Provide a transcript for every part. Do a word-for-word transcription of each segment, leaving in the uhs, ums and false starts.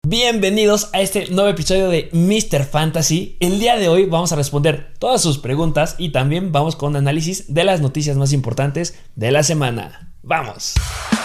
Bienvenidos a este nuevo episodio de míster Fantasy. El día de hoy vamos a responder todas sus preguntas y también vamos con un análisis de las noticias más importantes de la semana. ¡Vamos!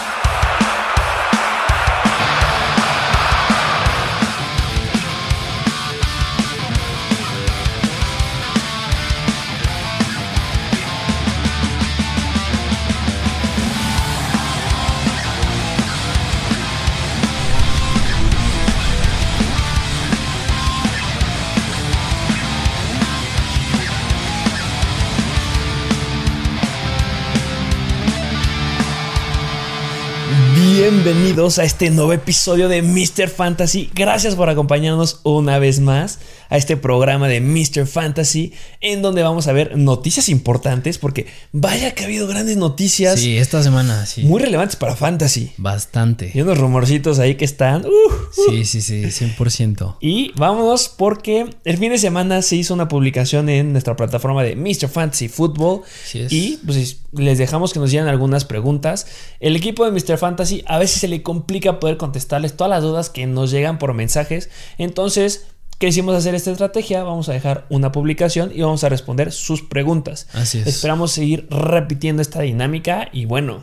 Bienvenidos a este nuevo episodio de míster Fantasy. Gracias por acompañarnos una vez más a este programa de míster Fantasy, en donde vamos a ver noticias importantes, porque vaya que ha habido grandes noticias. Sí, esta semana, sí. Muy relevantes para Fantasy. Bastante. Y unos rumorcitos ahí que están. Uh, uh. Sí, sí, sí, cien por ciento. Y vámonos porque el fin de semana se hizo una publicación en nuestra plataforma de míster Fantasy Football. Sí es. Y pues les dejamos que nos lleven algunas preguntas. El equipo de míster Fantasy a veces se le complica poder contestarles todas las dudas que nos llegan por mensajes. Entonces quisimos hacer esta estrategia. Vamos a dejar una publicación y vamos a responder sus preguntas. Así es. Esperamos seguir repitiendo esta dinámica y bueno,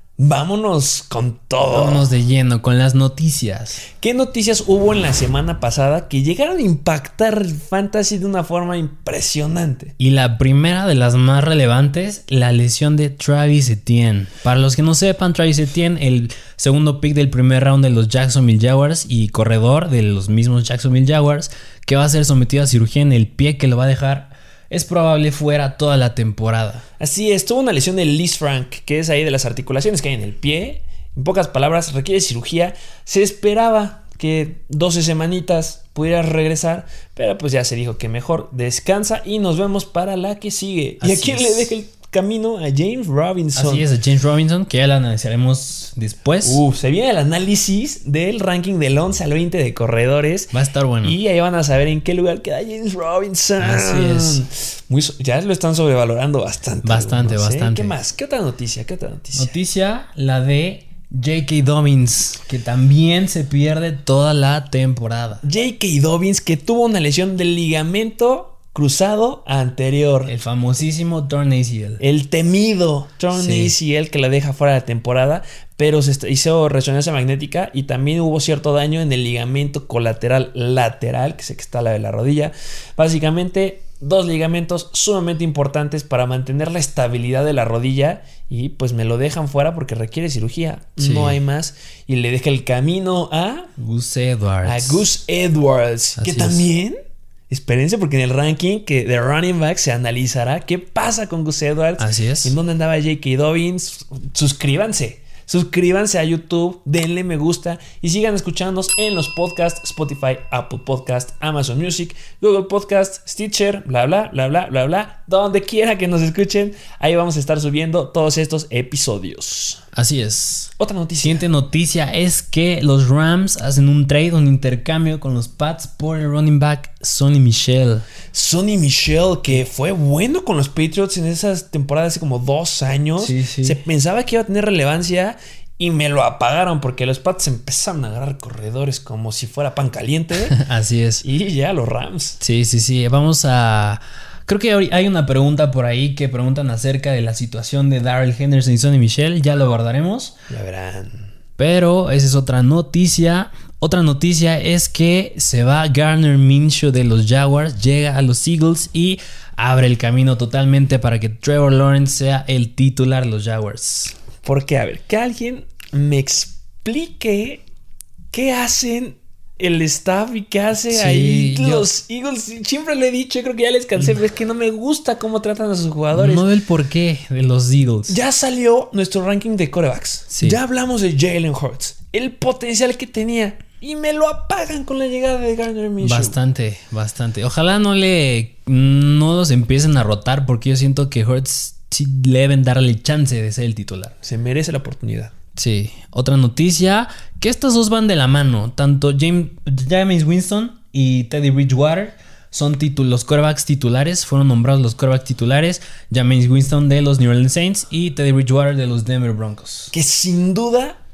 vámonos con todo. Vámonos de lleno con las noticias. ¿Qué noticias hubo en la semana pasada que llegaron a impactar el fantasy de una forma impresionante? Y la primera de las más relevantes, la lesión de Travis Etienne. Para los que no sepan, Travis Etienne, el segundo pick del primer round de los Jacksonville Jaguars y corredor de los mismos Jacksonville Jaguars, que va a ser sometido a cirugía en el pie que lo va a dejar, es probable, fuera toda la temporada. Así es, tuvo una lesión de Lisfranc, Frank, que es ahí de las articulaciones que hay en el pie. En pocas palabras, requiere cirugía. Se esperaba que doce semanitas pudiera regresar, pero pues ya se dijo que mejor descansa y nos vemos para la que sigue. Así ¿Y a quién es. le deja el camino? A James Robinson. Así es, a James Robinson, que ya la analizaremos después. Uh, se viene el análisis del ranking del once al veinte de corredores. Va a estar bueno. Y ahí van a saber en qué lugar queda James Robinson. Así es. Muy so- ya lo están sobrevalorando bastante. Bastante, algunos, ¿eh? bastante. ¿Qué más? ¿Qué otra noticia? ¿Qué otra noticia? Noticia, la de J K. Dobbins, que también se pierde toda la temporada. J K. Dobbins, que tuvo una lesión del ligamento cruzado anterior. El famosísimo torn A C L. El temido torn Sí. A C L que la deja fuera de la temporada, pero se est- hizo resonancia magnética y también hubo cierto daño en el ligamento colateral lateral, que sé que está la de la rodilla. Básicamente, dos ligamentos sumamente importantes para mantener la estabilidad de la rodilla y pues me lo dejan fuera porque requiere cirugía. Sí. No hay más. Y le deja el camino a, Gus Edwards. a Gus Edwards, Así que es. también... Espérense porque en el ranking que de running back se analizará qué pasa con Gus Edwards. Así es. En dónde andaba J K. Dobbins. Suscríbanse. Suscríbanse a YouTube, denle me gusta y sigan escuchándonos en los podcasts Spotify, Apple Podcast, Amazon Music, Google Podcast, Stitcher, bla bla bla bla bla bla, donde quiera que nos escuchen, ahí vamos a estar subiendo todos estos episodios. Así es. Otra noticia. Siguiente noticia es que los Rams hacen un trade, un intercambio con los Pats por el running back Sonny Michel. Sonny Michel, que fue bueno con los Patriots en esas temporadas hace como dos años. Sí, sí. Se pensaba que iba a tener relevancia y me lo apagaron porque los Pats empezaron a agarrar corredores como si fuera pan caliente. Así es. Y ya los Rams. Sí, sí, sí. Vamos a... Creo que hay una pregunta por ahí que preguntan acerca de la situación de Darrell Henderson y Sonny Michel. Ya lo abordaremos. Ya verán. Pero esa es otra noticia. Otra noticia es que se va Gardner Minshew de los Jaguars, llega a los Eagles y abre el camino totalmente para que Trevor Lawrence sea el titular de los Jaguars. Porque, a ver, que alguien me explique qué hacen el staff y qué hace Sí, ahí yo- los Eagles. Siempre le he dicho, creo que ya les cansé, pero es que no me gusta cómo tratan a sus jugadores. No veo el porqué de los Eagles. Ya salió nuestro ranking de quarterbacks. Sí. Ya hablamos de Jalen Hurts, el potencial que tenía. Y me lo apagan con la llegada de Gardner Minshew. Bastante, bastante. Ojalá no le no los empiecen a rotar, porque yo siento que Hurts sí deben darle chance de ser el titular. Se merece la oportunidad. Sí. Otra noticia, que estos dos van de la mano. Tanto James, Jameis Winston y Teddy Bridgewater son titu- los quarterbacks titulares. Fueron nombrados los quarterbacks titulares. Jameis Winston de los New Orleans Saints y Teddy Bridgewater de los Denver Broncos. Que sin duda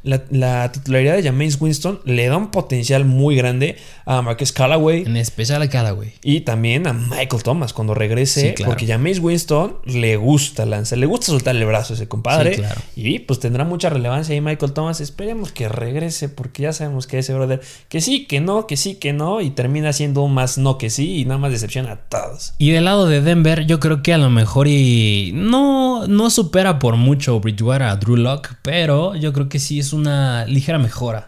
la, la titularidad de Jameis Winston le da un potencial muy grande a Marquez Callaway. En especial a Callaway. Y también a Michael Thomas cuando regrese. Sí, claro. Porque Jameis Winston le gusta lanzar, le gusta soltar el brazo a ese compadre. Sí, claro. Y pues tendrá mucha relevancia ahí Michael Thomas. Esperemos que regrese porque ya sabemos que ese brother, que sí, que no, que sí, que no. Y termina siendo más no que sí y nada más decepciona a todos. Y del lado de Denver, yo creo que a lo mejor y no, no supera por mucho Bridgewater a Drew Lock, pero yo creo que sí es una ligera mejora.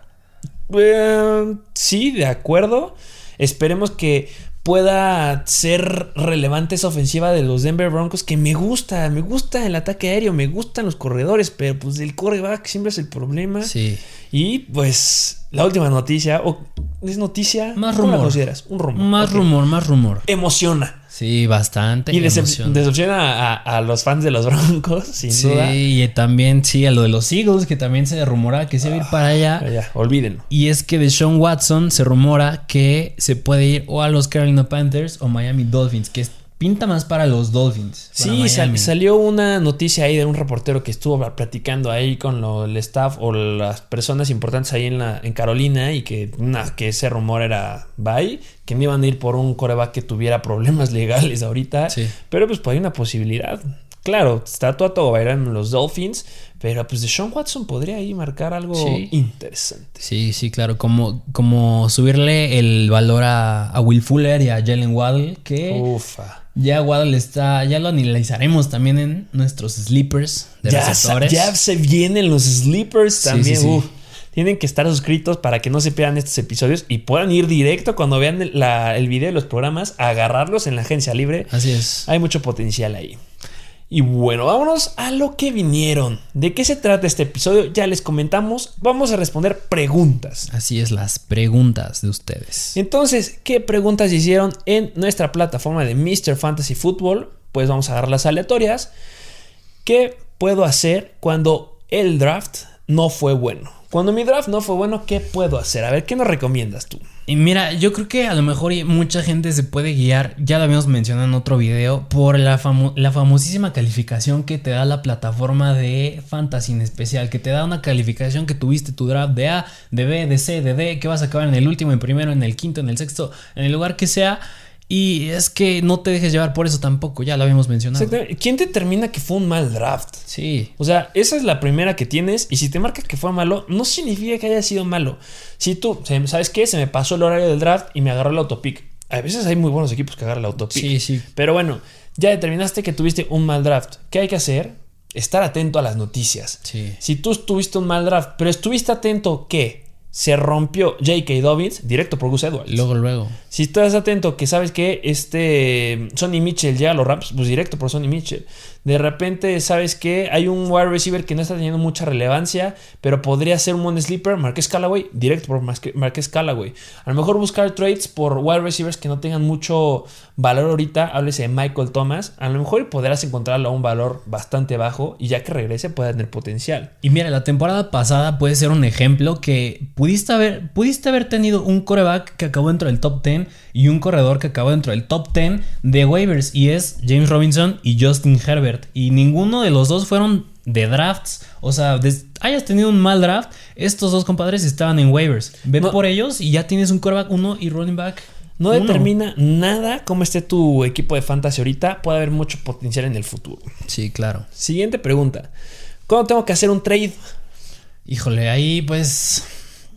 Uh, sí, de acuerdo. Esperemos que pueda ser relevante esa ofensiva de los Denver Broncos, que me gusta, me gusta el ataque aéreo, me gustan los corredores, pero pues el quarterback siempre es el problema. Sí. Y pues la última noticia, o es noticia, más ¿cómo rumor. la consideras? Un rumor. Más okay. rumor, más rumor. Emociona. Sí, bastante. Y decep- decepciona a, a los fans de los Broncos, sin sí, duda. Sí, y también, sí, a lo de los Eagles, que también se rumora que se va a ir para allá. Para allá, olvídenlo. Y es que Deshaun Watson se rumora que se puede ir o a los Carolina Panthers o Miami Dolphins, que pinta más para los Dolphins. Sí, sal, salió una noticia ahí de un reportero que estuvo platicando ahí con lo, el staff o las personas importantes ahí en, la, en Carolina y que, nah, que ese rumor era bye, que no iban a ir por un quarterback que tuviera problemas legales ahorita. Sí. Pero pues, pues hay una posibilidad. Claro, está todo, todo bailando en los Dolphins, pero pues Deshaun Watson podría ahí marcar algo sí. interesante. Sí, sí, claro, como, como subirle el valor a, a Will Fuller y a Jalen Waddle, que Ufa. ya Waddle está, ya lo analizaremos también en nuestros sleepers de ya receptores. Sa- ya se vienen los sleepers también, sí, sí, Uf. sí. Tienen que estar suscritos para que no se pierdan estos episodios y puedan ir directo cuando vean el, la, el video de los programas, a agarrarlos en la agencia libre. Así es. Hay mucho potencial ahí. Y bueno, vámonos a lo que vinieron. ¿De qué se trata este episodio? Ya les comentamos. Vamos a responder preguntas. Así es, las preguntas de ustedes. Entonces, ¿qué preguntas hicieron en nuestra plataforma de míster Fantasy Football? Pues vamos a agarrar las aleatorias. ¿Qué puedo hacer cuando el draft no fue bueno? Cuando mi draft no fue bueno, ¿qué puedo hacer? A ver, ¿qué nos recomiendas tú? Y mira, yo creo que a lo mejor mucha gente se puede guiar, ya lo habíamos mencionado en otro video, por la, famo- la famosísima calificación que te da la plataforma de Fantasy en especial, que te da una calificación que tuviste tu draft de A, de B, de C, de D, que vas a acabar en el último, en primero, en el quinto, en el sexto, en el lugar que sea. Y es que no te dejes llevar por eso tampoco, ya lo habíamos mencionado. ¿Quién determina que fue un mal draft? Sí. O sea, esa es la primera que tienes y si te marca que fue malo, no significa que haya sido malo. Si tú, ¿sabes qué? Se me pasó el horario del draft y me agarró el autopick. A veces hay muy buenos equipos que agarran el autopick. Sí, sí. Pero bueno, ya determinaste que tuviste un mal draft. ¿Qué hay que hacer? Estar atento a las noticias. Sí. Si tú tuviste un mal draft, pero estuviste atento que se rompió J K. Dobbins, directo por Gus Edwards. Luego, luego. Si estás atento que sabes que este Sonny Mitchell llega a los Rams, pues directo por Sonny Mitchell. De repente sabes que hay un wide receiver que no está teniendo mucha relevancia, pero podría ser un buen sleeper, Marquez Callaway, directo por Marquez Callaway. A lo mejor buscar trades por wide receivers que no tengan mucho valor ahorita, háblese de Michael Thomas, a lo mejor podrás encontrarlo a un valor bastante bajo y ya que regrese puede tener potencial. Y mira, la temporada pasada puede ser un ejemplo que pudiste haber, pudiste haber tenido un quarterback que acabó dentro del top diez y un corredor que acabó dentro del top diez de waivers, y es James Robinson y Justin Herbert. Y ninguno de los dos fueron de drafts. O sea, des- hayas tenido un mal draft, estos dos compadres estaban en waivers. Ven no, por ellos y ya tienes un quarterback uno y running back No uno. determina nada cómo esté tu equipo de fantasy ahorita. Puede haber mucho potencial en el futuro. Sí, claro. Siguiente pregunta. ¿Cuándo tengo que hacer un trade? Híjole, ahí pues...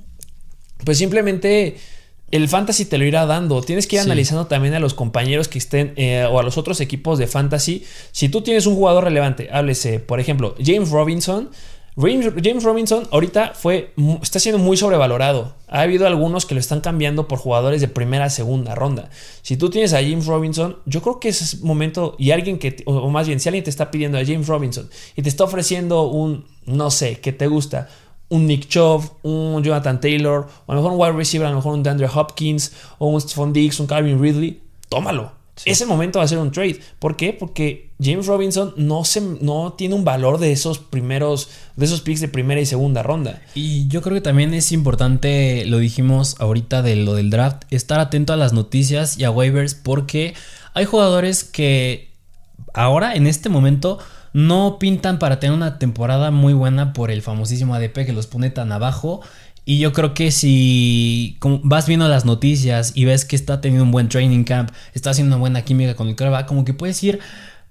Pues simplemente el fantasy te lo irá dando. Tienes que ir Sí. analizando también a los compañeros que estén eh, o a los otros equipos de fantasy. Si tú tienes un jugador relevante, háblese, por ejemplo, James Robinson. James Robinson ahorita fue, está siendo muy sobrevalorado. Ha habido algunos que lo están cambiando por jugadores de primera, segunda ronda. Si tú tienes a James Robinson, yo creo que es momento, y alguien que, o más bien, si alguien te está pidiendo a James Robinson y te está ofreciendo un, no sé, ¿qué te gusta? Un Nick Chubb, un Jonathan Taylor, o a lo mejor un wide receiver, a lo mejor un DeAndre Hopkins, o un Stephon Diggs, un Calvin Ridley, tómalo. Sí. Es el momento de hacer un trade. ¿Por qué? Porque James Robinson no, se, no tiene un valor de esos primeros, de esos picks de primera y segunda ronda. Y yo creo que también es importante, lo dijimos ahorita de lo del draft, estar atento a las noticias y a waivers, porque hay jugadores que ahora, en este momento, no pintan para tener una temporada muy buena por el famosísimo A D P que los pone tan abajo. Y yo creo que si como vas viendo las noticias y ves que está teniendo un buen training camp, está haciendo una buena química con el quarterback, como que puedes ir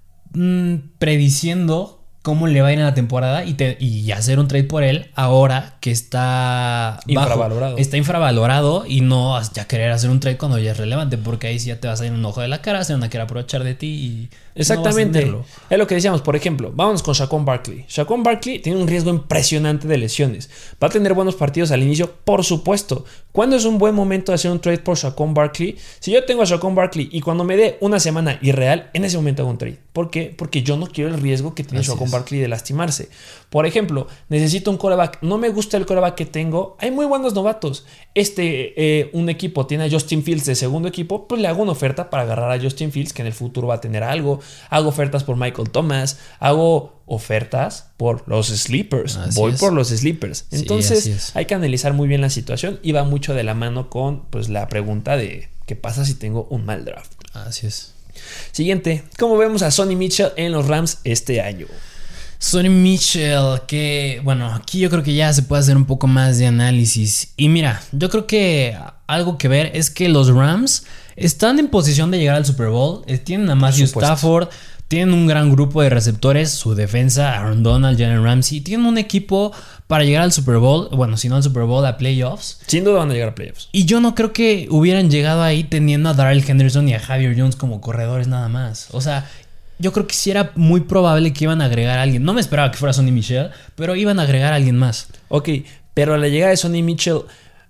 mmm, prediciendo cómo le va a ir en la temporada y, te, y hacer un trade por él ahora que está infravalorado. Bajo, está infravalorado y no ya querer hacer un trade cuando ya es relevante, porque ahí sí ya te vas a ir un ojo de la cara, se van a querer aprovechar de ti y exactamente. No vas a es lo que decíamos, por ejemplo, vámonos con Saquon Barkley. Saquon Barkley tiene un riesgo impresionante de lesiones. Va a tener buenos partidos al inicio, por supuesto. ¿Cuándo es un buen momento de hacer un trade por Saquon Barkley? Si yo tengo a Saquon Barkley y cuando me dé una semana irreal, en ese momento hago un trade. ¿Por qué? Porque yo no quiero el riesgo que tiene Saquon Barkley de lastimarse. Por ejemplo, necesito un quarterback. No me gusta el quarterback que tengo. Hay muy buenos novatos. Este, eh, un equipo tiene a Justin Fields de segundo equipo, pues le hago una oferta para agarrar a Justin Fields, que en el futuro va a tener algo. Hago ofertas por Michael Thomas. Hago ofertas por los sleepers. Así Voy es. por los sleepers. Entonces sí, hay que analizar muy bien la situación y va mucho de la mano con pues, la pregunta de ¿qué pasa si tengo un mal draft? Así es. Siguiente, ¿cómo vemos a Sonny Michel en los Rams este año? Sonny Michel, que bueno, aquí yo creo que ya se puede hacer un poco más de análisis. Y mira, yo creo que algo que ver es que los Rams están en posición de llegar al Super Bowl. Tienen a Matthew Stafford, tienen un gran grupo de receptores, su defensa, Aaron Donald, Jalen Ramsey. Tienen un equipo para llegar al Super Bowl, bueno, si no al Super Bowl, a playoffs. Sin duda van a llegar a playoffs. Y yo no creo que hubieran llegado ahí teniendo a Darrell Henderson y a Javier Jones como corredores nada más. O sea, yo creo que sí era muy probable que iban a agregar a alguien. No me esperaba que fuera Sonny Michel, pero iban a agregar a alguien más. Ok, pero la llegada de Sonny Michel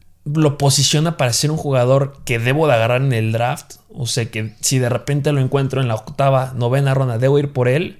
lo posiciona para ser un jugador que debo de agarrar en el draft. O sea, que si de repente lo encuentro en la octava, novena ronda, ¿debo ir por él?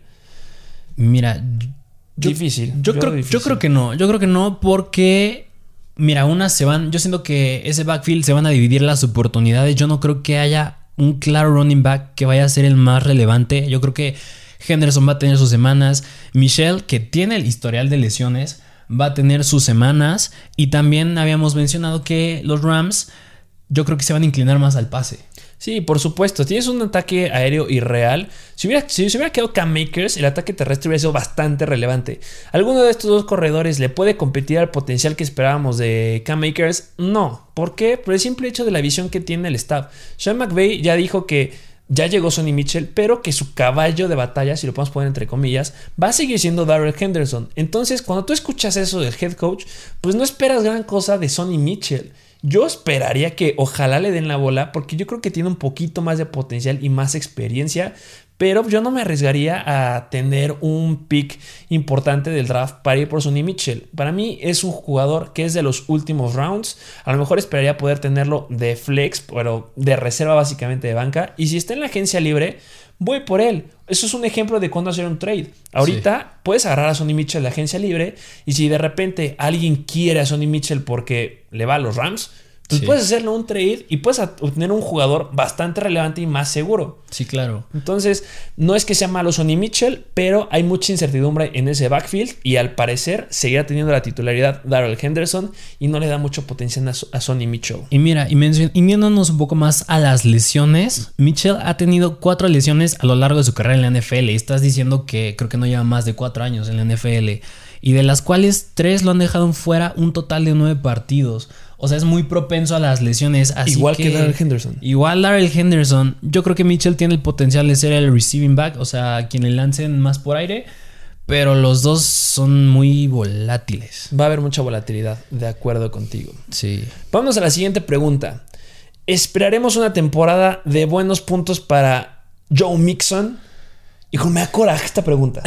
Mira, yo, difícil. Yo, yo, creo, difícil. yo creo que no. Yo creo que no porque, mira, unas se van... Yo siento que ese backfield se van a dividir las oportunidades. Yo no creo que haya un claro running back que vaya a ser el más relevante. Yo creo que Henderson va a tener sus semanas. Michel, que tiene el historial de lesiones, va a tener sus semanas. Y también habíamos mencionado que los Rams, yo creo que se van a inclinar más al pase. Sí, por supuesto. Tienes un ataque aéreo irreal. Si hubiera, si se hubiera quedado Cam Akers, el ataque terrestre hubiera sido bastante relevante. ¿Alguno de estos dos corredores le puede competir al potencial que esperábamos de Cam Akers? No. ¿Por qué? Por el simple hecho de la visión que tiene el staff. Sean McVay ya dijo que ya llegó Sonny Michel, pero que su caballo de batalla, si lo podemos poner entre comillas, va a seguir siendo Darrell Henderson. Entonces, cuando tú escuchas eso del head coach, pues no esperas gran cosa de Sonny Michel. Yo esperaría que ojalá le den la bola, porque yo creo que tiene un poquito más de potencial y más experiencia, pero yo no me arriesgaría a tener un pick importante del draft para ir por Sonny Michel. Para mí es un jugador que es de los últimos rounds. A lo mejor esperaría poder tenerlo de flex, pero de reserva básicamente de banca. Y si está en la agencia libre, voy por él. Eso es un ejemplo de cuándo hacer un trade. Ahorita sí. Puedes agarrar a Sonny Michel de la agencia libre, y si de repente alguien quiere a Sonny Michel porque le va a los Rams, pues sí. Puedes hacerle un trade y puedes obtener un jugador bastante relevante y más seguro. Sí, claro. Entonces, no es que sea malo Sonny Michel, pero hay mucha incertidumbre en ese backfield y al parecer seguirá teniendo la titularidad Darrell Henderson y no le da mucho potencial a Sonny Michel. Y mira, y, mencion- y viéndonos un poco más a las lesiones, Michel ha tenido cuatro lesiones a lo largo de su carrera en la N F L. Y estás diciendo que creo que no lleva más de cuatro años en la N F L. Y de las cuales tres lo han dejado fuera un total de nueve partidos. O sea, es muy propenso a las lesiones. Así igual que, que Darrell Henderson. Igual Darrell Henderson. Yo creo que Michel tiene el potencial de ser el receiving back. O sea, quien le lancen más por aire. Pero los dos son muy volátiles. Va a haber mucha volatilidad, de acuerdo contigo. Sí. Vamos a la siguiente pregunta. ¿Esperaremos una temporada de buenos puntos para Joe Mixon? Hijo, me da coraje esta pregunta.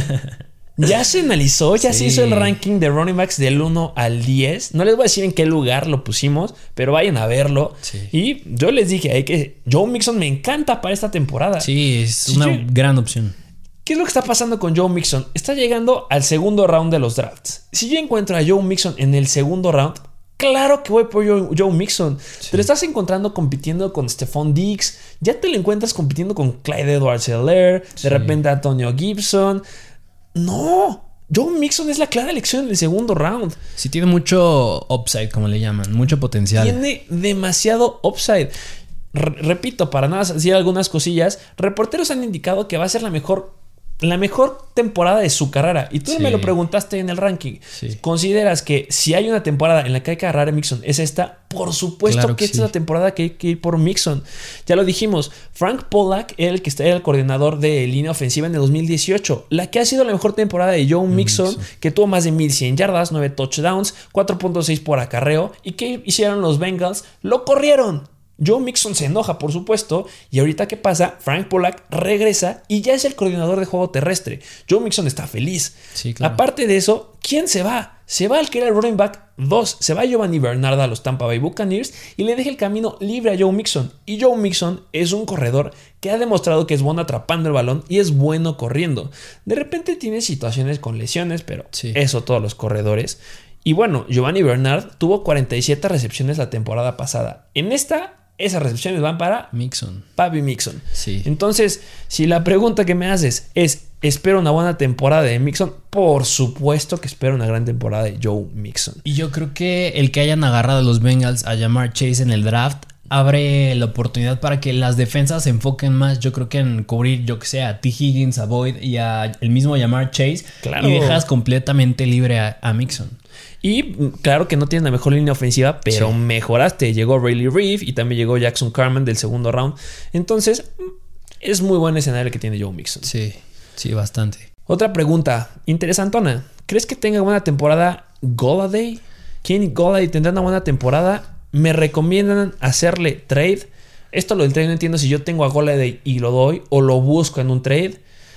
Ya se analizó, ya sí. se hizo el ranking de running backs del uno al diez. No les voy a decir en qué lugar lo pusimos, pero vayan a verlo. Sí. Y yo les dije ahí que Joe Mixon me encanta para esta temporada. Sí, es sí, una yo, gran opción. ¿Qué es lo que está pasando con Joe Mixon? Está llegando al segundo round de los drafts. Si yo encuentro a Joe Mixon en el segundo round, claro que voy por Joe, Joe Mixon. Sí. Te lo estás encontrando compitiendo con Stephon Diggs. Ya te lo encuentras compitiendo con Clyde Edwards-Helaire. Sí. De repente Antonio Gibson. No, Joe Mixon es la clara elección en el segundo round. Sí, tiene mucho upside, como le llaman, mucho potencial. Tiene demasiado upside. R- repito, para nada decir algunas cosillas, reporteros han indicado que va a ser la mejor la mejor temporada de su carrera. Y tú Sí. me lo preguntaste en el ranking. Sí. ¿Consideras que si hay una temporada en la que hay que agarrar a Mixon es esta? Por supuesto Claro que, que esta sí. es la temporada que hay que ir por Mixon. Ya lo dijimos, Frank Pollack era el que era el coordinador de línea ofensiva en el dos mil dieciocho. La que ha sido la mejor temporada de Joe Mixon, Mixon. que tuvo más de mil cien yardas, nueve touchdowns, cuatro punto seis por acarreo. ¿Y qué hicieron los Bengals? Lo corrieron. Joe Mixon se enoja, por supuesto, y ahorita ¿qué pasa? Frank Pollack regresa y ya es el coordinador de juego terrestre. Joe Mixon está feliz. Sí, claro. Aparte de eso, ¿quién se va? Se va el que era el running back dos. Se va Giovanni Bernard a los Tampa Bay Buccaneers y le deja el camino libre a Joe Mixon. Y Joe Mixon es un corredor que ha demostrado que es bueno atrapando el balón y es bueno corriendo. De repente tiene situaciones con lesiones, pero Sí. eso todos los corredores. Y bueno, Giovanni Bernard tuvo cuarenta y siete recepciones la temporada pasada. En esta, esas recepciones van para Mixon. Papi Mixon. Sí. Entonces, si la pregunta que me haces es, ¿espero una buena temporada de Mixon? Por supuesto que espero una gran temporada de Joe Mixon. Y yo creo que el que hayan agarrado a los Bengals a Ja'Marr Chase en el draft abre la oportunidad para que las defensas se enfoquen más, yo creo que en cubrir, yo que sé, a T. Higgins, a Boyd y a el mismo Ja'Marr Chase. Claro. Y dejas completamente libre a, a Mixon. Y claro que no tiene la mejor línea ofensiva, pero Sí. mejoraste. Llegó Riley Reeve y también llegó Jackson Carman del segundo round. Entonces, es muy buen escenario que tiene Joe Mixon. Sí, sí, bastante. Otra pregunta interesantona. ¿Crees que tenga buena temporada Golladay? Kenny Golladay tendrá una buena temporada. ¿Me recomiendan hacerle trade? Esto lo del trade no entiendo si yo tengo a Golladay y lo doy o lo busco en un trade.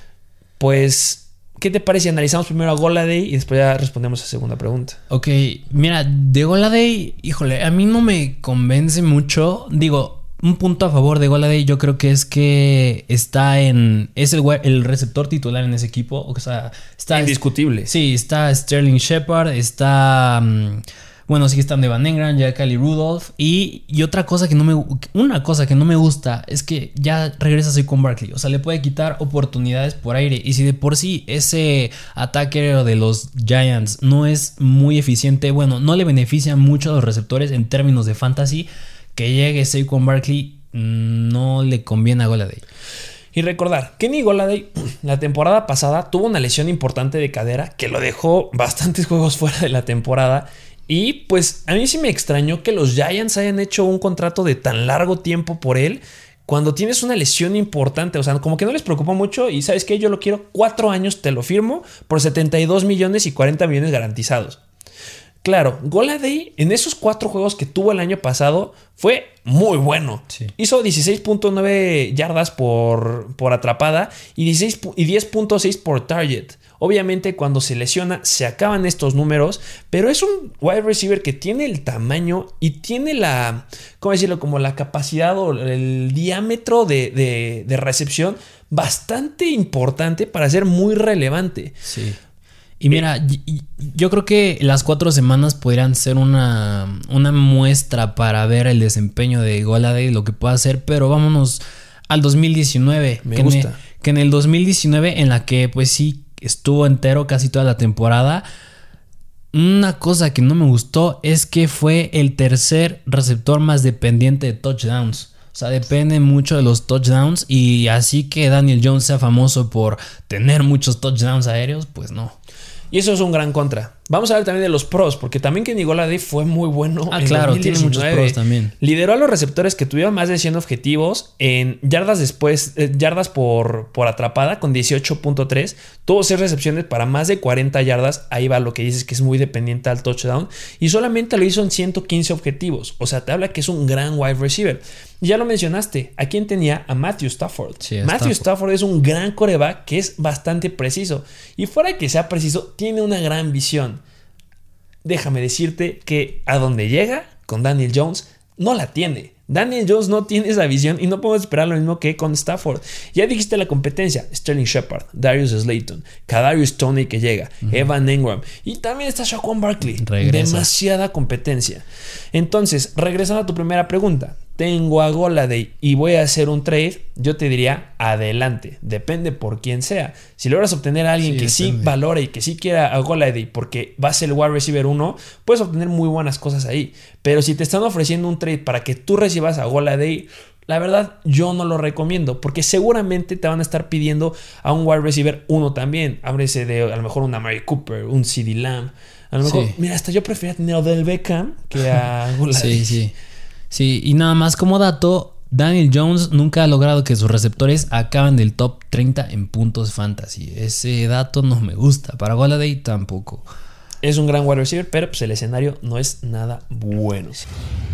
Pues, ¿qué te parece si analizamos primero a Golladay y después ya respondemos a la segunda pregunta? Ok, mira, de Golladay, híjole, a mí no me convence mucho. Digo, un punto a favor de Golladay yo creo que es que está en... Es el, wi- el receptor titular en ese equipo. O sea, está... Indiscutible. Sí, está Sterling Shepard, está... mm, bueno, sí están Evan Engram, ya Cali Rudolph. Y, y otra cosa que no me... Una cosa que no me gusta es que ya regresa Saquon Barkley. O sea, le puede quitar oportunidades por aire. Y si de por sí ese ataque aéreo de los Giants no es muy eficiente, bueno, no le beneficia mucho a los receptores en términos de fantasy, que llegue Saquon Barkley no le conviene a Golladay. Y recordar, Kenny Golladay la temporada pasada tuvo una lesión importante de cadera que lo dejó bastantes juegos fuera de la temporada. Y pues a mí sí me extrañó que los Giants hayan hecho un contrato de tan largo tiempo por él cuando tienes una lesión importante. O sea, como que no les preocupa mucho y ¿sabes qué? Yo lo quiero cuatro años, te lo firmo por setenta y dos millones y cuarenta millones garantizados. Claro, Golladay en esos cuatro juegos que tuvo el año pasado fue muy bueno. Sí. Hizo dieciséis punto nueve yardas por, por atrapada y, dieciséis pu- y diez punto seis por target. Obviamente cuando se lesiona se acaban estos números, pero es un wide receiver que tiene el tamaño y tiene la, ¿cómo decirlo? Como la capacidad o el diámetro de, de, de recepción bastante importante para ser muy relevante. Sí. Y mira, y- y- yo creo que las cuatro semanas podrían ser una, una muestra para ver el desempeño de Golladay, lo que puede hacer, pero vámonos al dos mil diecinueve. Me que gusta. En, que en el dos mil diecinueve, en la que pues sí estuvo entero casi toda la temporada, una cosa que no me gustó es que fue el tercer receptor más dependiente de touchdowns. O sea, depende mucho de los touchdowns y así que Daniel Jones sea famoso por tener muchos touchdowns aéreos, pues no. Y eso es un gran contra. Vamos a hablar también de los pros, porque también Kenny Golladay fue muy bueno. Ah, en claro, dos mil tiene muchos diecinueve. pros también. Lideró a los receptores que tuvieron más de cien objetivos en yardas después, eh, yardas por, por atrapada con dieciocho punto tres. Tuvo seis recepciones para más de cuarenta yardas. Ahí va lo que dices que es muy dependiente al touchdown. Y solamente lo hizo en ciento quince objetivos. O sea, te habla que es un gran wide receiver. Y ya lo mencionaste. ¿A quién tenía? A Matthew Stafford. Sí, a Matthew Stafford. Stafford es un gran coreback que es bastante preciso. Y fuera de que sea preciso, tiene una gran visión. Déjame decirte que a donde llega con Daniel Jones no la tiene. Daniel Jones no tiene esa visión y no podemos esperar lo mismo que con Stafford. Ya dijiste la competencia: Sterling Shepard, Darius Slayton, Kadarius Toney que llega, uh-huh. Evan Engram y también está Saquon Barkley. Regresa. Demasiada competencia. Entonces, regresando a tu primera pregunta, tengo a Golladay y voy a hacer un trade. Yo te diría adelante, depende por quién sea. Si logras obtener a alguien Sí, que depende. sí valora y que sí quiera a Golladay porque va a ser el wide receiver uno, puedes obtener muy buenas cosas ahí. Pero si te están ofreciendo un trade para que tú recibas a Golladay, La verdad, yo no lo recomiendo porque seguramente te van a estar pidiendo a un wide receiver uno también. Háblese de a lo mejor un Amari Cooper, un CeeDee Lamb. A lo mejor, sí. Mira, hasta yo prefería tener a Odell Beckham que a Sí, sí. Sí, y nada más como dato, Daniel Jones nunca ha logrado que sus receptores acaben del top treinta en puntos fantasy. Ese dato no me gusta. Para Golladay tampoco. Es un gran wide receiver, pero pues el escenario no es nada bueno. Sí.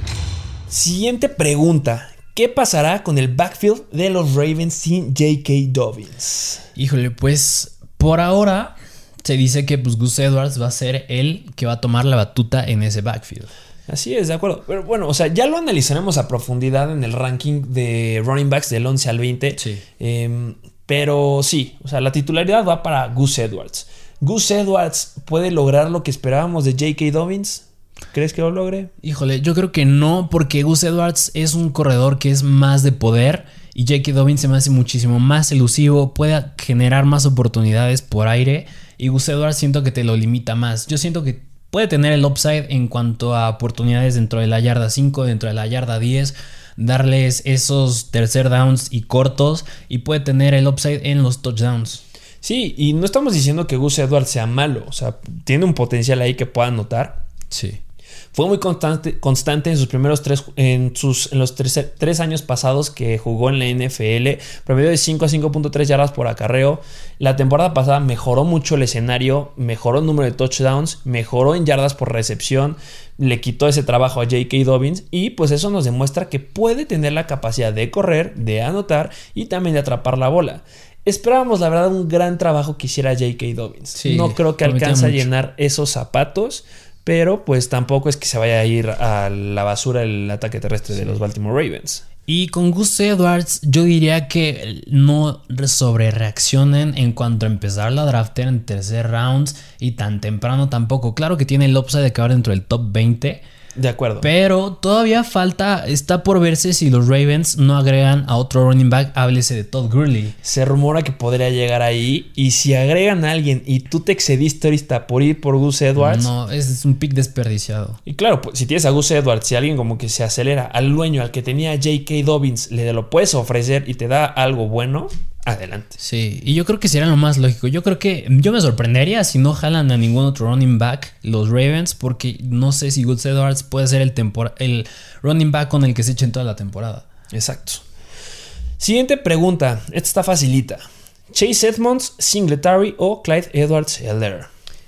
Siguiente pregunta. ¿Qué pasará con el backfield de los Ravens sin J K. Dobbins? Híjole, pues por ahora se dice que pues, Gus Edwards va a ser el que va a tomar la batuta en ese backfield. Así es, de acuerdo. Pero bueno, o sea, ya lo analizaremos a profundidad en el ranking de running backs del once al veinte. Sí. Eh, pero sí, o sea, la titularidad va para Gus Edwards. ¿Gus Edwards puede lograr lo que esperábamos de J K. Dobbins? ¿Crees que lo logre? Híjole, yo creo que no, porque Gus Edwards es un corredor que es más de poder y J K. Dobbins se me hace muchísimo más elusivo, puede generar más oportunidades por aire y Gus Edwards siento que te lo limita más. Yo siento que puede tener el upside en cuanto a oportunidades dentro de la yarda cinco, dentro de la yarda diez, darles esos tercer downs y cortos y puede tener el upside en los touchdowns. Sí, y no estamos diciendo que Gus Edwards sea malo, o sea, tiene un potencial ahí que pueda anotar. Sí. Fue muy constante, constante en sus primeros tres, en sus, en los tres, tres años pasados que jugó en la N F L, promedio de cinco a cinco punto tres yardas por acarreo. La temporada pasada mejoró mucho el escenario, mejoró el número de touchdowns, mejoró en yardas por recepción, le quitó ese trabajo a J K. Dobbins y pues eso nos demuestra que puede tener la capacidad de correr, de anotar y también de atrapar la bola. Esperábamos, la verdad, un gran trabajo que hiciera J K. Dobbins. Sí, no creo que alcance a llenar esos zapatos, pero pues tampoco es que se vaya a ir a la basura el ataque terrestre sí. de los Baltimore Ravens. Y con Gus Edwards yo diría que no sobre reaccionen en cuanto a empezar la draftear en tercer round y tan temprano tampoco. Claro que tiene el upside de acabar dentro del top veinte. De acuerdo. Pero todavía falta, está por verse si los Ravens no agregan a otro running back, háblese de Todd Gurley. Se rumora que podría llegar ahí y si agregan a alguien y tú te excediste ahorita por ir por Gus Edwards. No, es un pick desperdiciado. Y claro, pues, si tienes a Gus Edwards, si alguien como que se acelera al dueño, al que tenía J K. Dobbins, le lo puedes ofrecer y te da algo bueno. Adelante. Sí, y yo creo que sería lo más lógico. Yo creo que yo me sorprendería si no jalan a ningún otro running back los Ravens, porque no sé si Gus Edwards puede ser el, tempor- el running back con el que se echen toda la temporada. Exacto. Siguiente pregunta. Esta está facilita. Chase Edmonds, Singletary o Clyde Edwards-Helaire.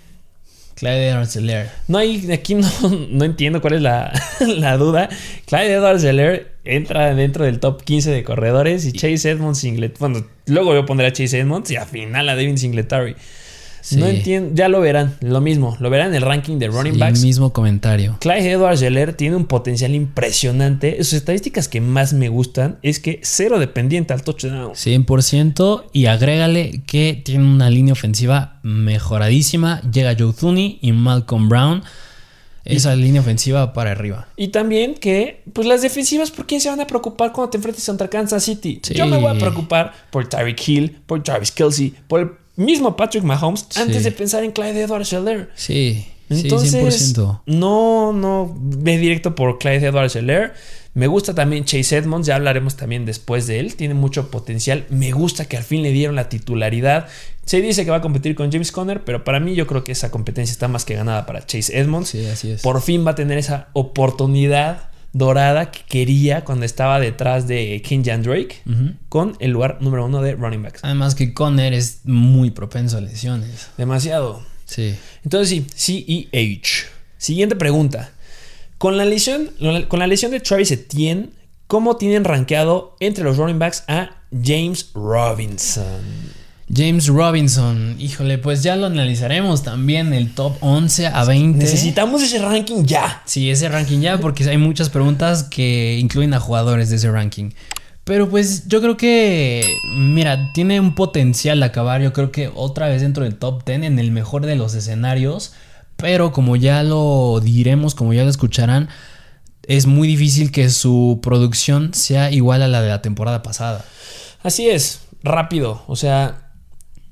Clyde Edwards-Helaire. No hay, aquí no, no entiendo cuál es la, la duda. Clyde Edwards-Helaire entra dentro del top quince de corredores y Chase Edmonds, Singletary. Bueno, luego voy a poner a Chase Edmonds y al final a Devin Singletary. Sí. No entiendo, ya lo verán, lo mismo, lo verán en el ranking de running sí, backs. El mismo comentario. Clyde Edwards-Helaire tiene un potencial impresionante. Sus estadísticas que más me gustan es que cero dependiente al touchdown. cien por ciento y agrégale que tiene una línea ofensiva mejoradísima. Llega Joe Thuney y Malcolm Brown. Esa y, línea ofensiva para arriba. Y también que, pues las defensivas, ¿por quién se van a preocupar cuando te enfrentes contra Kansas City? Sí. Yo me voy a preocupar por Tyreek Hill, por Travis Kelce, por el mismo Patrick Mahomes sí. antes de pensar en Clyde Edwards-Helaire. Sí. Entonces, sí, cien por ciento. no, no ve directo por Clyde Edwards-Helaire. Me gusta también Chase Edmonds, ya hablaremos también después de él. Tiene mucho potencial. Me gusta que al fin le dieron la titularidad. Se dice que va a competir con James Conner, pero para mí yo creo que esa competencia está más que ganada para Chase Edmonds. Sí, así es. Por fin va a tener esa oportunidad dorada que quería cuando estaba detrás de Kenyan Drake uh-huh. con el lugar número uno de running backs. Además que Conner es muy propenso a lesiones. Demasiado. Sí. Entonces sí, C E H. Siguiente pregunta. Con la lesión, con la lesión de Travis Etienne, ¿cómo tienen rankeado entre los running backs a James Robinson? James Robinson, híjole, pues ya lo analizaremos también, el top once a veinte. Necesitamos ese ranking ya. Sí, ese ranking ya, porque hay muchas preguntas que incluyen a jugadores de ese ranking. Pero pues yo creo que, mira, tiene un potencial de acabar, yo creo que otra vez dentro del top diez en el mejor de los escenarios. Pero como ya lo diremos, como ya lo escucharán, es muy difícil que su producción sea igual a la de la temporada pasada. Así es, rápido, o sea...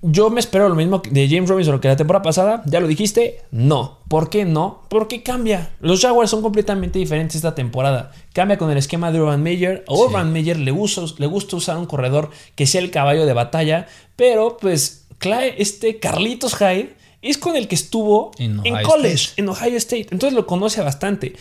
Yo me espero lo mismo de James Robinson que la temporada pasada. ¿Ya lo dijiste? No. ¿Por qué no? Porque cambia. Los Jaguars son completamente diferentes esta temporada. Cambia con el esquema de Urban Meyer. A Urban sí. Meyer le, usa, le gusta usar un corredor que sea el caballo de batalla. Pero pues este Carlitos Hyde es con el que estuvo en, en college, State. en Ohio State. Entonces lo conoce bastante.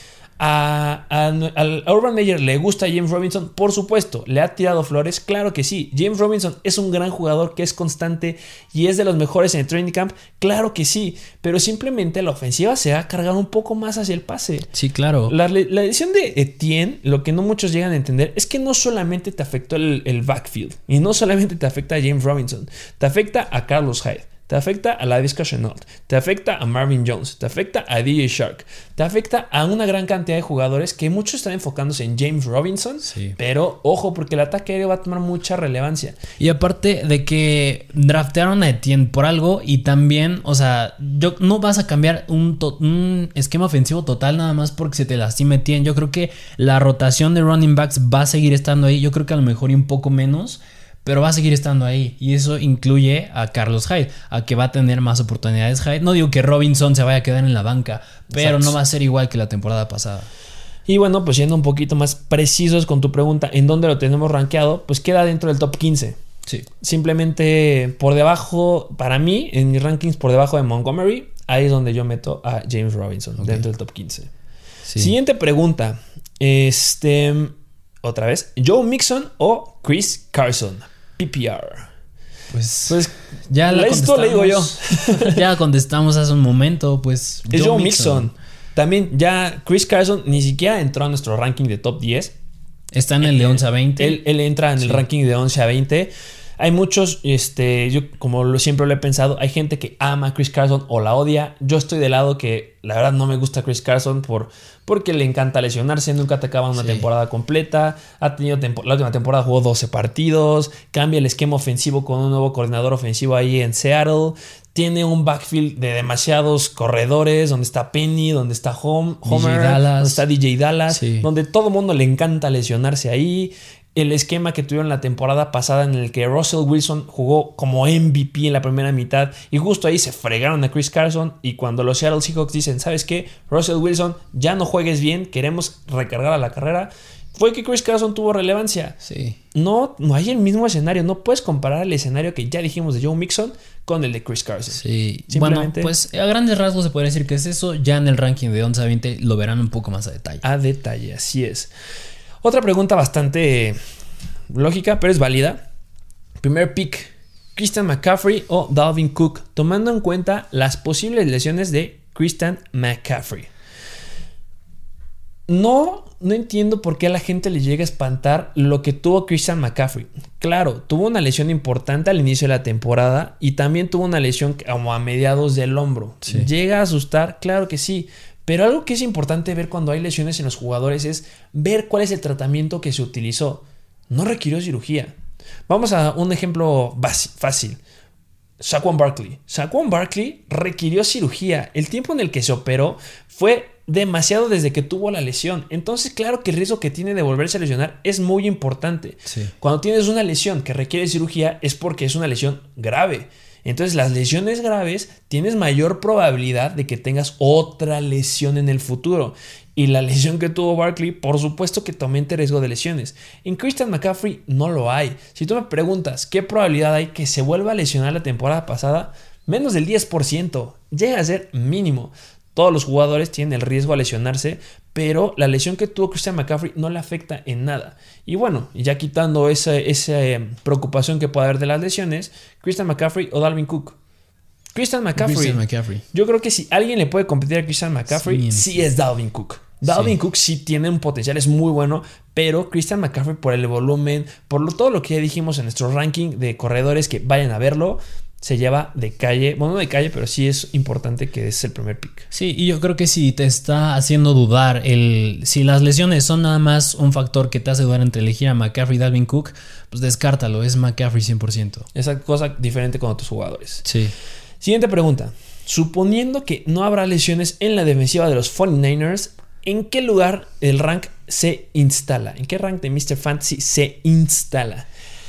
A, a, a Urban Meyer le gusta James Robinson, por supuesto. ¿Le ha tirado flores? Claro que sí. James Robinson es un gran jugador que es constante y es de los mejores en el training camp. Claro que sí. Pero simplemente la ofensiva se va a cargar un poco más hacia el pase. Sí, claro. La, la decisión de Etienne, lo que no muchos llegan a entender, es que no solamente te afectó el, el backfield y no solamente te afecta a James Robinson, te afecta a Carlos Hyde. Te afecta a Laviska Shenault, te afecta a Marvin Jones, te afecta a D J Shark, te afecta a una gran cantidad de jugadores que muchos están enfocándose en James Robinson, sí. Pero ojo, porque el ataque aéreo va a tomar mucha relevancia. Y aparte de que draftearon a Etienne por algo y también, o sea, yo, no vas a cambiar un, to- un esquema ofensivo total nada más porque se te lastime Etienne. Yo creo que la rotación de running backs va a seguir estando ahí, yo creo que a lo mejor y un poco menos, pero va a seguir estando ahí. Y eso incluye a Carlos Hyde, a que va a tener más oportunidades Hyde. No digo que Robinson se vaya a quedar en la banca, pero Exacto. no va a ser igual que la temporada pasada. Y bueno, pues yendo un poquito más precisos con tu pregunta, ¿en dónde lo tenemos rankeado? Pues queda dentro del top quince. Sí. Simplemente por debajo, para mí, en mis rankings por debajo de Montgomery, ahí es donde yo meto a James Robinson, okay. Dentro del top quince. Sí. Siguiente pregunta. Este, otra vez, ¿Joe Mixon o Chris Carson? P P R. Pues, pues ya la esto le digo yo. Ya contestamos hace un momento, pues. Es Joe, Joe Mixon. Mixon. También ya Chris Carson ni siquiera entró a nuestro ranking de top diez. Está en el de once a veinte. Él, él entra en sí. el ranking de once a veinte. Hay muchos, este, yo como lo, siempre lo he pensado, hay gente que ama a Chris Carson o la odia. Yo estoy del lado que la verdad no me gusta Chris Carson por, porque le encanta lesionarse, nunca te acaba una sí. temporada completa. Ha tenido tempo, la última temporada jugó doce partidos, cambia el esquema ofensivo con un nuevo coordinador ofensivo ahí en Seattle. Tiene un backfield de demasiados corredores, donde está Penny, donde está Home, Homer, donde está D J Dallas, sí. donde todo el mundo le encanta lesionarse ahí. El esquema que tuvieron la temporada pasada en el que Russell Wilson jugó como M V P en la primera mitad y justo ahí se fregaron a Chris Carson, y cuando los Seattle Seahawks dicen, ¿sabes qué? Russell Wilson, ya no juegues bien, queremos recargar a la carrera, fue que Chris Carson tuvo relevancia. Sí. No, no hay el mismo escenario, no puedes comparar el escenario que ya dijimos de Joe Mixon con el de Chris Carson. Sí, bueno, pues a grandes rasgos se podría decir que es eso. Ya en el ranking de once a veinte lo verán un poco más a detalle. A detalle, así es. Otra pregunta bastante lógica, pero es válida. Primer pick, Christian McCaffrey o Dalvin Cook, tomando en cuenta las posibles lesiones de Christian McCaffrey. No, no entiendo por qué a la gente le llega a espantar lo que tuvo Christian McCaffrey. Claro, tuvo una lesión importante al inicio de la temporada y también tuvo una lesión como a mediados del hombro. Sí. ¿Llega a asustar? Claro que sí. Pero algo que es importante ver cuando hay lesiones en los jugadores es ver cuál es el tratamiento que se utilizó. No requirió cirugía. Vamos a un ejemplo fácil. Saquon Barkley. Saquon Barkley requirió cirugía. El tiempo en el que se operó fue demasiado desde que tuvo la lesión. Entonces, claro que el riesgo que tiene de volverse a lesionar es muy importante. Sí. Cuando tienes una lesión que requiere cirugía es porque es una lesión grave. Entonces, las lesiones graves tienes mayor probabilidad de que tengas otra lesión en el futuro. Y la lesión que tuvo Barkley, por supuesto que te aumenta el riesgo de lesiones. En Christian McCaffrey no lo hay. Si tú me preguntas qué probabilidad hay que se vuelva a lesionar la temporada pasada, menos del diez por ciento. Llega a ser mínimo. Todos los jugadores tienen el riesgo a lesionarse, pero la lesión que tuvo Christian McCaffrey no le afecta en nada. Y bueno, ya quitando esa, esa preocupación que puede haber de las lesiones, Christian McCaffrey o Dalvin Cook. Christian McCaffrey. Christian McCaffrey. Yo creo que si alguien le puede competir a Christian McCaffrey, sí, sí es Dalvin Cook. Dalvin sí. Cook sí tiene un potencial, es muy bueno, pero Christian McCaffrey por el volumen, por lo, todo lo que ya dijimos en nuestro ranking de corredores que vayan a verlo, se lleva de calle, bueno, no de calle, pero sí es importante que es el primer pick. Sí, y yo creo que si te está haciendo dudar, el si las lesiones son nada más un factor que te hace dudar entre elegir a McCaffrey y Dalvin Cook, pues descártalo, es McCaffrey cien por ciento. Esa cosa diferente con otros jugadores. Sí. Siguiente pregunta. Suponiendo que no habrá lesiones en la defensiva de los cuarenta y nueve ers, ¿en qué lugar el rank se instala? ¿En qué rank de mister Fantasy se instala?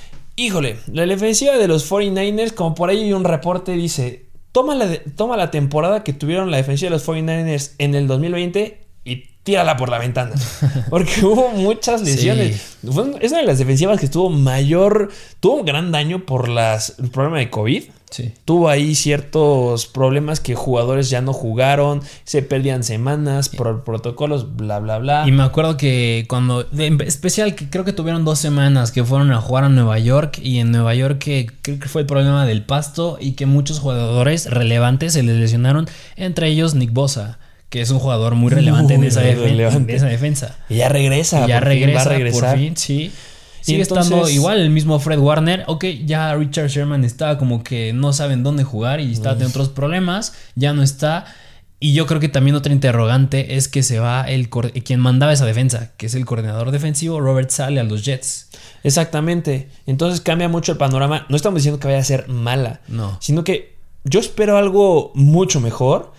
Híjole, la defensiva de los cuarenta y nueve ers, como por ahí hay un reporte, dice, toma la, de, toma la temporada que tuvieron la defensiva de los cuarenta y nueve ers en el dos mil veinte y tírala por la ventana. Porque hubo muchas lesiones. Sí. Fue, es una de las defensivas que estuvo mayor, tuvo un gran daño por las, el problema de COVID. Sí. Tuvo ahí ciertos problemas que jugadores ya no jugaron, se perdían semanas por protocolos, bla, bla, bla. Y me acuerdo que cuando, en especial, que creo que tuvieron dos semanas que fueron a jugar a Nueva York, y en Nueva York que creo que fue el problema del pasto y que muchos jugadores relevantes se les lesionaron, entre ellos Nick Bosa, que es un jugador muy relevante muy en, esa def- en esa defensa. Y ya regresa. Y ya regresa, fin, va a regresar. por fin, sí. Sigue entonces, estando igual el mismo Fred Warner. Ok, ya Richard Sherman está como que no saben dónde jugar y está teniendo otros problemas. Ya no está. Y yo creo que también otra interrogante es que se va el quien mandaba esa defensa, que es el coordinador defensivo, Robert Saleh, a los Jets. Exactamente. Entonces cambia mucho el panorama. No estamos diciendo que vaya a ser mala. No. Sino que yo espero algo mucho mejor.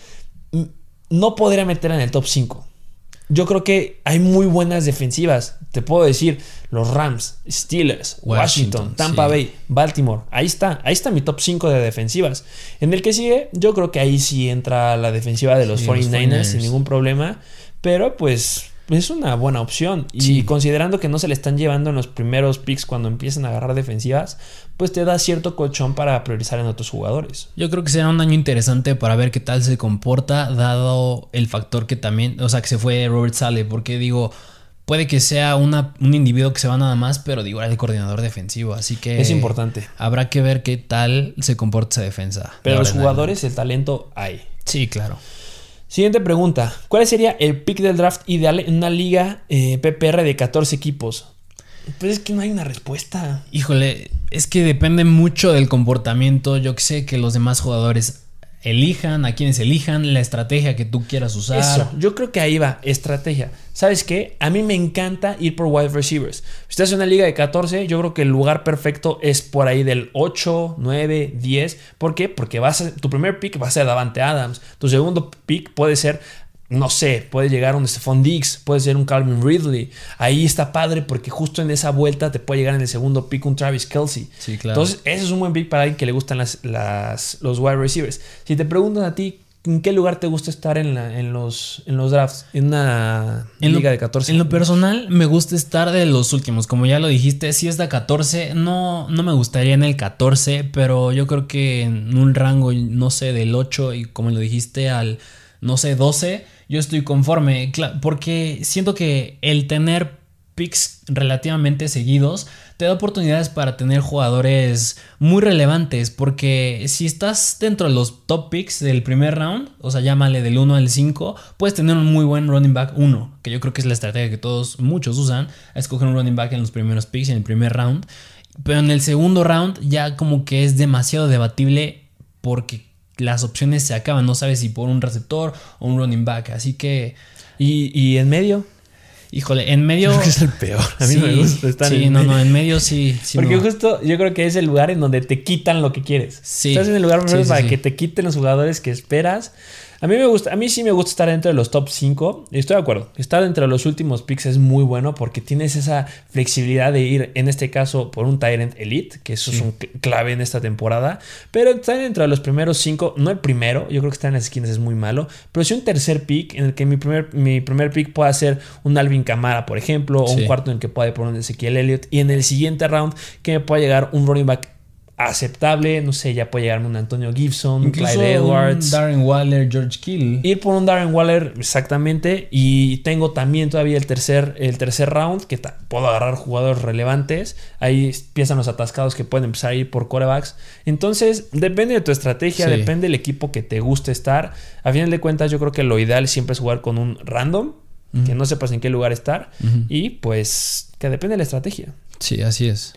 No podría meter en el top cinco. Yo creo que hay muy buenas defensivas. Te puedo decir, los Rams, Steelers, Washington, Washington Tampa sí. Bay, Baltimore. Ahí está, ahí está mi top cinco de defensivas. En el que sigue, yo creo que ahí sí entra la defensiva de los sí, cuarenta y nueve ers sin ningún problema. Pero pues es una buena opción. Sí. Y considerando que no se le están llevando en los primeros picks cuando empiezan a agarrar defensivas, pues te da cierto colchón para priorizar en otros jugadores. Yo creo que será un año interesante para ver qué tal se comporta, dado el factor que también, o sea, que se fue Robert Saleh, porque digo, puede que sea una, un individuo que se va nada más, pero digo, era el coordinador defensivo, así que es importante. Habrá que ver qué tal se comporta esa defensa. Pero los jugadores, el talento hay. Sí, claro. Siguiente pregunta. ¿Cuál sería el pick del draft ideal en una liga eh, P P R de catorce equipos? Pues es que no hay una respuesta. Híjole, es que depende mucho del comportamiento. Yo que sé que los demás jugadores elijan, a quienes elijan, la estrategia que tú quieras usar. Eso, yo creo que ahí va, estrategia. ¿Sabes qué? A mí me encanta ir por wide receivers. Si estás en una liga de catorce, yo creo que el lugar perfecto es por ahí del ocho, nueve, diez. ¿Por qué? Porque vas a, tu primer pick va a ser Davante Adams. Tu segundo pick puede ser, no sé, puede llegar un Stephon Diggs, puede ser un Calvin Ridley. Ahí está padre porque justo en esa vuelta te puede llegar en el segundo pick un Travis Kelce. Sí, claro. Entonces, ese es un buen pick para alguien que le gustan las, las, los wide receivers. Si te preguntan a ti, ¿en qué lugar te gusta estar en, la, en, los, en los drafts? En una en liga lo, de catorce. En lo personal, me gusta estar de los últimos. Como ya lo dijiste, si es de catorce, no, no me gustaría en el catorce, pero yo creo que en un rango, no sé, del ocho y como lo dijiste, al, no sé, doce, yo estoy conforme. Porque siento que el tener picks relativamente seguidos te da oportunidades para tener jugadores muy relevantes, porque si estás dentro de los top picks del primer round, o sea, llámale del uno al cinco, puedes tener un muy buen running back uno, que yo creo que es la estrategia que todos, muchos usan, a escoger un running back en los primeros picks, en el primer round, pero en el segundo round ya como que es demasiado debatible porque las opciones se acaban, no sabes si por un receptor o un running back, así que... ¿Y, y en medio? Híjole, en medio... Creo que es el peor. A mí sí, me gusta estar sí, en no, medio. no, en medio sí. sí Porque no. justo yo creo que es el lugar en donde te quitan lo que quieres. Sí. Estás en el lugar perfecto sí, sí, para sí. que te quiten los jugadores que esperas. A mí me gusta, a mí sí me gusta estar dentro de los top cinco. Estoy de acuerdo. Estar dentro de los últimos picks es muy bueno porque tienes esa flexibilidad de ir, en este caso, por un tight end elite, que eso sí. es un clave en esta temporada. Pero estar dentro de los primeros cinco, no el primero, yo creo que estar en las esquinas es muy malo. Pero sí un tercer pick en el que mi primer, mi primer pick pueda ser un Alvin Kamara, por ejemplo, o sí. un cuarto en el que pueda poner un Ezequiel Elliott. Y en el siguiente round que me pueda llegar un running back aceptable, no sé, ya puede llegarme un Antonio Gibson, incluso Clyde Edwards, Darren Waller, George Kittle. Ir por un Darren Waller, exactamente. Y tengo también todavía el tercer, el tercer round, que ta- puedo agarrar jugadores relevantes. Ahí empiezan los atascados que pueden empezar a ir por quarterbacks. Entonces, depende de tu estrategia, sí. depende del equipo que te guste estar. A final de cuentas, yo creo que lo ideal siempre es jugar con un random, uh-huh. que no sepas en qué lugar estar. Uh-huh. Y pues, que depende de la estrategia. Sí, así es.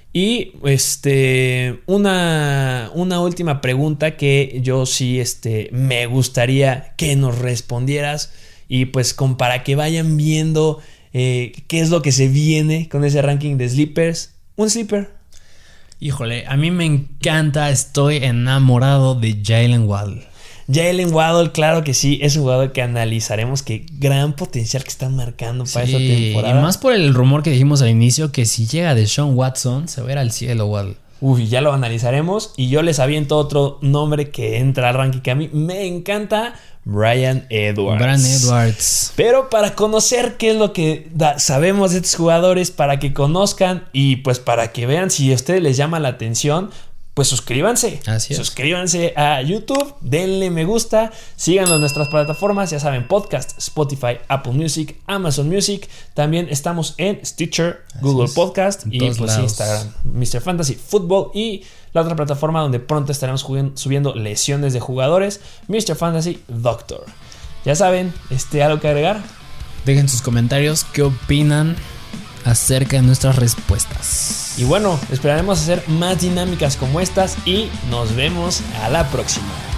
Y este una, una última pregunta que yo sí este, me gustaría que nos respondieras. Y pues con, para que vayan viendo eh, qué es lo que se viene con ese ranking de sleepers. Un sleeper. Híjole, a mí me encanta, estoy enamorado de Jaylen Waddle. Jalen Waddle, claro que sí, es un jugador que analizaremos. Qué gran potencial que están marcando para sí, esta temporada. Y más por el rumor que dijimos al inicio, que si llega Deshaun Watson, se va a ir al cielo, Waddle. Uy, ya lo analizaremos. Y yo les aviento otro nombre que entra al ranking que a mí me encanta: Bryan Edwards. Bryan Edwards. Pero para conocer qué es lo que da, sabemos de estos jugadores, para que conozcan y pues para que vean si a ustedes les llama la atención, pues suscríbanse. Así es. Suscríbanse a YouTube, denle me gusta, síganos en nuestras plataformas, ya saben, podcast, Spotify, Apple Music, Amazon Music. También estamos en Stitcher, Así Google es. Podcast En y todos pues lados. Instagram, mister Fantasy Football, y la otra plataforma donde pronto estaremos juguen- subiendo lesiones de jugadores, mister Fantasy Doctor. Ya saben, este, ¿algo que agregar? Dejen sus comentarios qué opinan acerca de nuestras respuestas. Y bueno, esperaremos hacer más dinámicas como estas y nos vemos a la próxima.